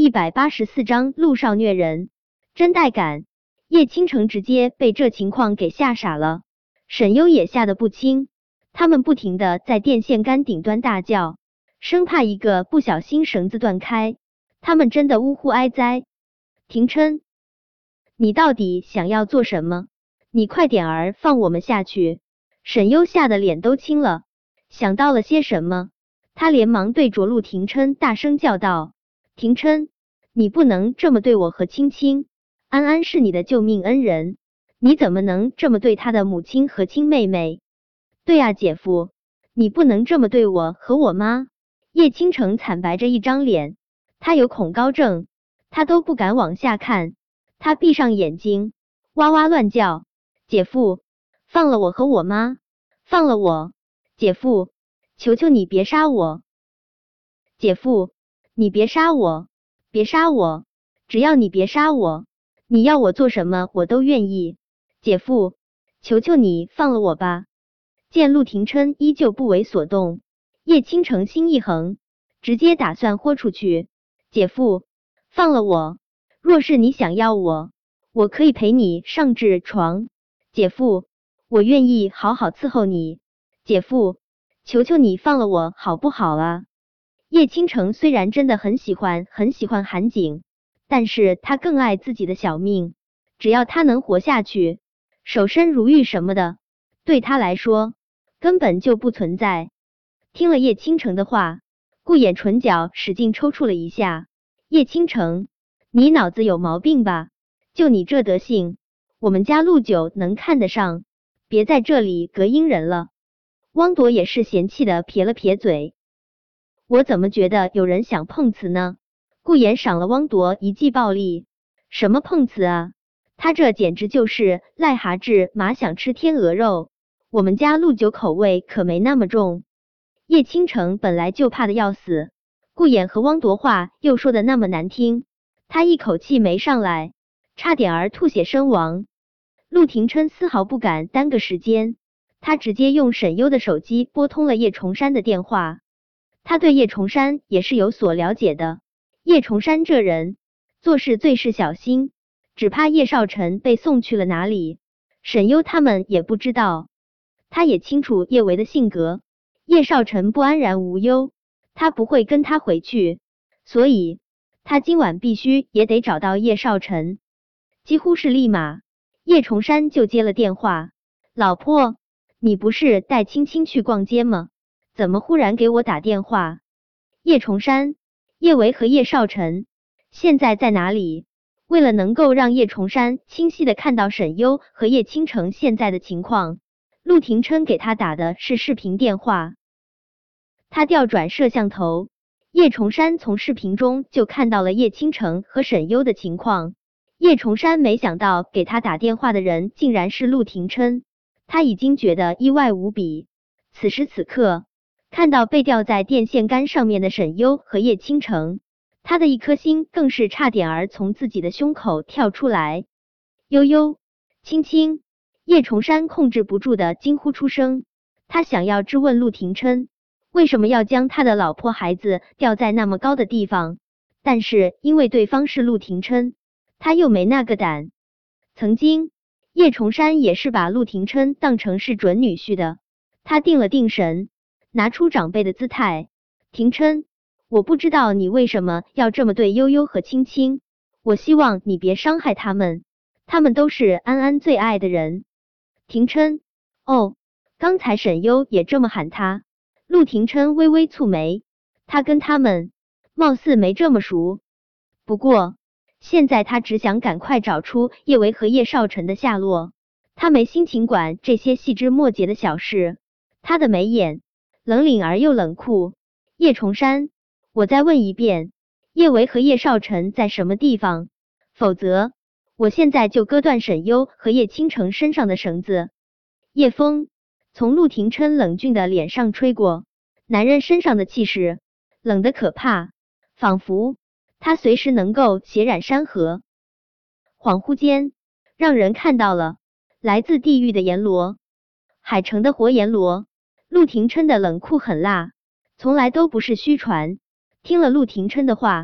184章陆少虐人，真带感。叶倾城直接被这情况给吓傻了，沈优也吓得不轻，他们不停的在电线杆顶端大叫，生怕一个不小心绳子断开，他们真的呜呼哀哉。廷琛，你到底想要做什么？你快点儿放我们下去！沈优吓得脸都青了，想到了些什么，他连忙对着陆廷琛大声叫道：廷琛，你不能这么对我和青青，安安是你的救命恩人，你怎么能这么对他的母亲和亲妹妹？对啊，姐夫，你不能这么对我和我妈。叶倾城惨白着一张脸，他有恐高症，他都不敢往下看，他闭上眼睛，哇哇乱叫：姐夫，放了我和我妈，放了我！姐夫，求求你别杀我！姐夫，你别杀我，别杀我！只要你别杀我，你要我做什么我都愿意。姐夫，求求你放了我吧！见陆廷琛依旧不为所动，叶倾城心一横，直接打算豁出去。姐夫，放了我！若是你想要我，我可以陪你上痔床。姐夫，我愿意好好伺候你。姐夫，求求你放了我好不好啊？叶倾城虽然真的很喜欢韩景，但是他更爱自己的小命，只要他能活下去，守身如玉什么的，对他来说根本就不存在。听了叶倾城的话，顾衍唇角使劲抽搐了一下。叶倾城，你脑子有毛病吧？就你这德性，我们家陆九能看得上？别在这里隔音人了。汪铎也是嫌弃的撇了撇嘴，我怎么觉得有人想碰瓷呢？顾衍赏了汪铎一记暴力，什么碰瓷啊？他这简直就是癞蛤蟆马想吃天鹅肉，我们家陆九口味可没那么重。叶倾城本来就怕的要死，顾衍和汪铎话又说的那么难听，他一口气没上来，差点儿吐血身亡。陆廷琛丝毫不敢耽搁时间，他直接用沈优的手机拨通了叶崇山的电话。他对叶崇山也是有所了解的，叶崇山这人做事最是小心，只怕叶少晨被送去了哪里，沈优他们也不知道。他也清楚叶维的性格，叶少晨不安然无忧，他不会跟他回去，所以他今晚必须也得找到叶少晨。几乎是立马，叶崇山就接了电话：老婆，你不是带青青去逛街吗？怎么忽然给我打电话？叶崇山，叶维和叶少晨现在在哪里？为了能够让叶崇山清晰的看到沈优和叶倾城现在的情况，陆廷琛给他打的是视频电话。他调转摄像头，叶崇山从视频中就看到了叶倾城和沈优的情况。叶崇山没想到给他打电话的人竟然是陆廷琛，他已经觉得意外无比。此时此刻，看到被吊在电线杆上面的沈优和叶倾城，他的一颗心更是差点儿从自己的胸口跳出来。悠悠，青青！叶崇山控制不住的惊呼出声，他想要质问陆廷琛为什么要将他的老婆孩子吊在那么高的地方，但是因为对方是陆廷琛，他又没那个胆。曾经，叶崇山也是把陆廷琛当成是准女婿的，他定了定神，拿出长辈的姿态：廷琛，我不知道你为什么要这么对悠悠和青青，我希望你别伤害他们，他们都是安安最爱的人。廷琛，哦，刚才沈优也这么喊他。陆廷琛微微蹙眉，他跟他们貌似没这么熟，不过现在他只想赶快找出叶维和叶少晨的下落，他没心情管这些细枝末节的小事。他的眉眼冷凛而又冷酷。叶崇山，我再问一遍，叶维和叶少晨在什么地方？否则我现在就割断沈优和叶倾城身上的绳子。叶风从陆廷琛冷峻的脸上吹过，男人身上的气势冷得可怕，仿佛他随时能够血染山河。恍惚间，让人看到了来自地狱的阎罗，海城的活阎罗。陆廷琛的冷酷狠辣从来都不是虚传。听了陆廷琛的话，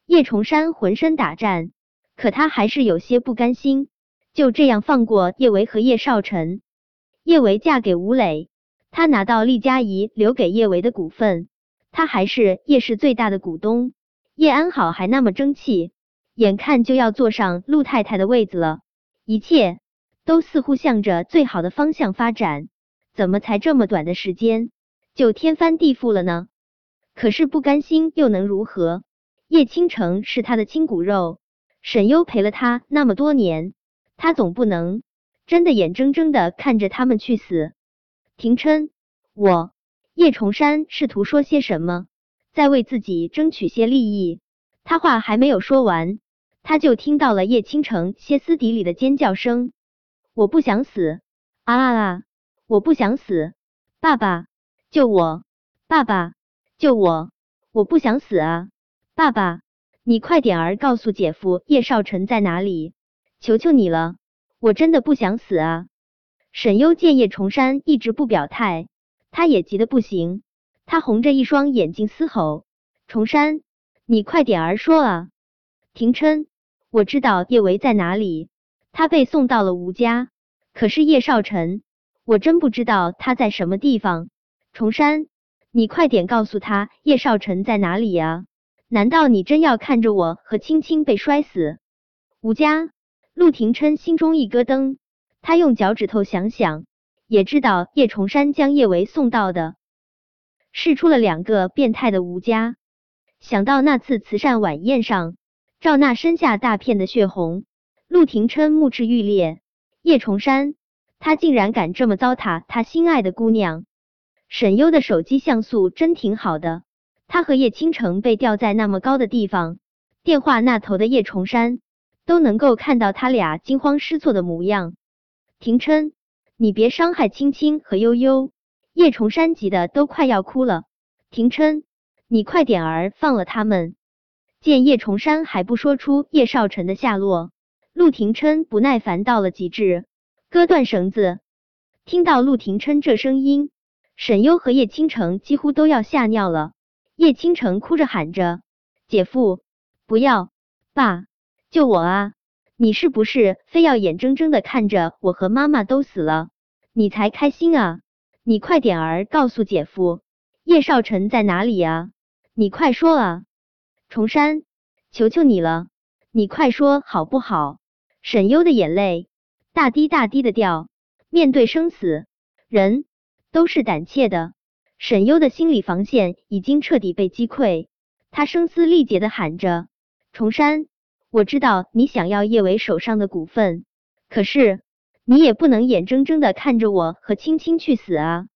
叶崇山浑身打颤，可他还是有些不甘心，就这样放过叶维和叶少晨。叶维嫁给吴磊，他拿到厉佳怡留给叶维的股份，他还是叶氏最大的股东。叶安好还那么争气，眼看就要坐上陆太太的位子了，一切都似乎向着最好的方向发展，怎么才这么短的时间就天翻地覆了呢？可是不甘心又能如何？叶倾城是他的亲骨肉，沈优陪了他那么多年，他总不能真的眼睁睁的看着他们去死。廷琛，叶崇山试图说些什么，再为自己争取些利益。他话还没有说完，他就听到了叶倾城歇斯底里的尖叫声：我不想死！啊！我不想死！爸爸，救我！爸爸，救我！我不想死啊！爸爸，你快点儿告诉姐夫叶少晨在哪里，求求你了，我真的不想死啊！沈优见叶崇山一直不表态，他也急得不行，他红着一双眼睛嘶吼：崇山，你快点儿说啊！廷琛，我知道叶维在哪里，他被送到了吴家，可是叶少晨，我真不知道他在什么地方。崇山，你快点告诉他叶少晨在哪里啊！难道你真要看着我和青青被摔死？吴家，陆廷琛心中一咯噔，他用脚趾头想想，也知道叶崇山将叶维送到的是出了2个变态的吴家。想到那次慈善晚宴上赵娜身下大片的血红，陆廷琛目赤欲裂。叶崇山，他竟然敢这么糟蹋他心爱的姑娘。沈优的手机像素真挺好的，他和叶倾城被吊在那么高的地方，电话那头的叶崇山都能够看到他俩惊慌失措的模样。廷琛，你别伤害青青和悠悠！叶崇山急得都快要哭了。廷琛，你快点儿放了他们！见叶崇山还不说出叶少晨的下落，陆廷琛不耐烦到了极致，割断绳子。听到陆廷琛这声音，沈优和叶倾城几乎都要吓尿了。叶倾城哭着喊着：姐夫，不要！爸，救我啊！你是不是非要眼睁睁的看着我和妈妈都死了，你才开心啊？你快点儿告诉姐夫，叶少晨在哪里啊？你快说啊！崇山，求求你了，你快说好不好？沈优的眼泪大滴大滴的掉，面对生死，人都是胆怯的。沈优的心理防线已经彻底被击溃，他声嘶力竭的喊着：崇山，我知道你想要叶维手上的股份，可是你也不能眼睁睁的看着我和青青去死啊！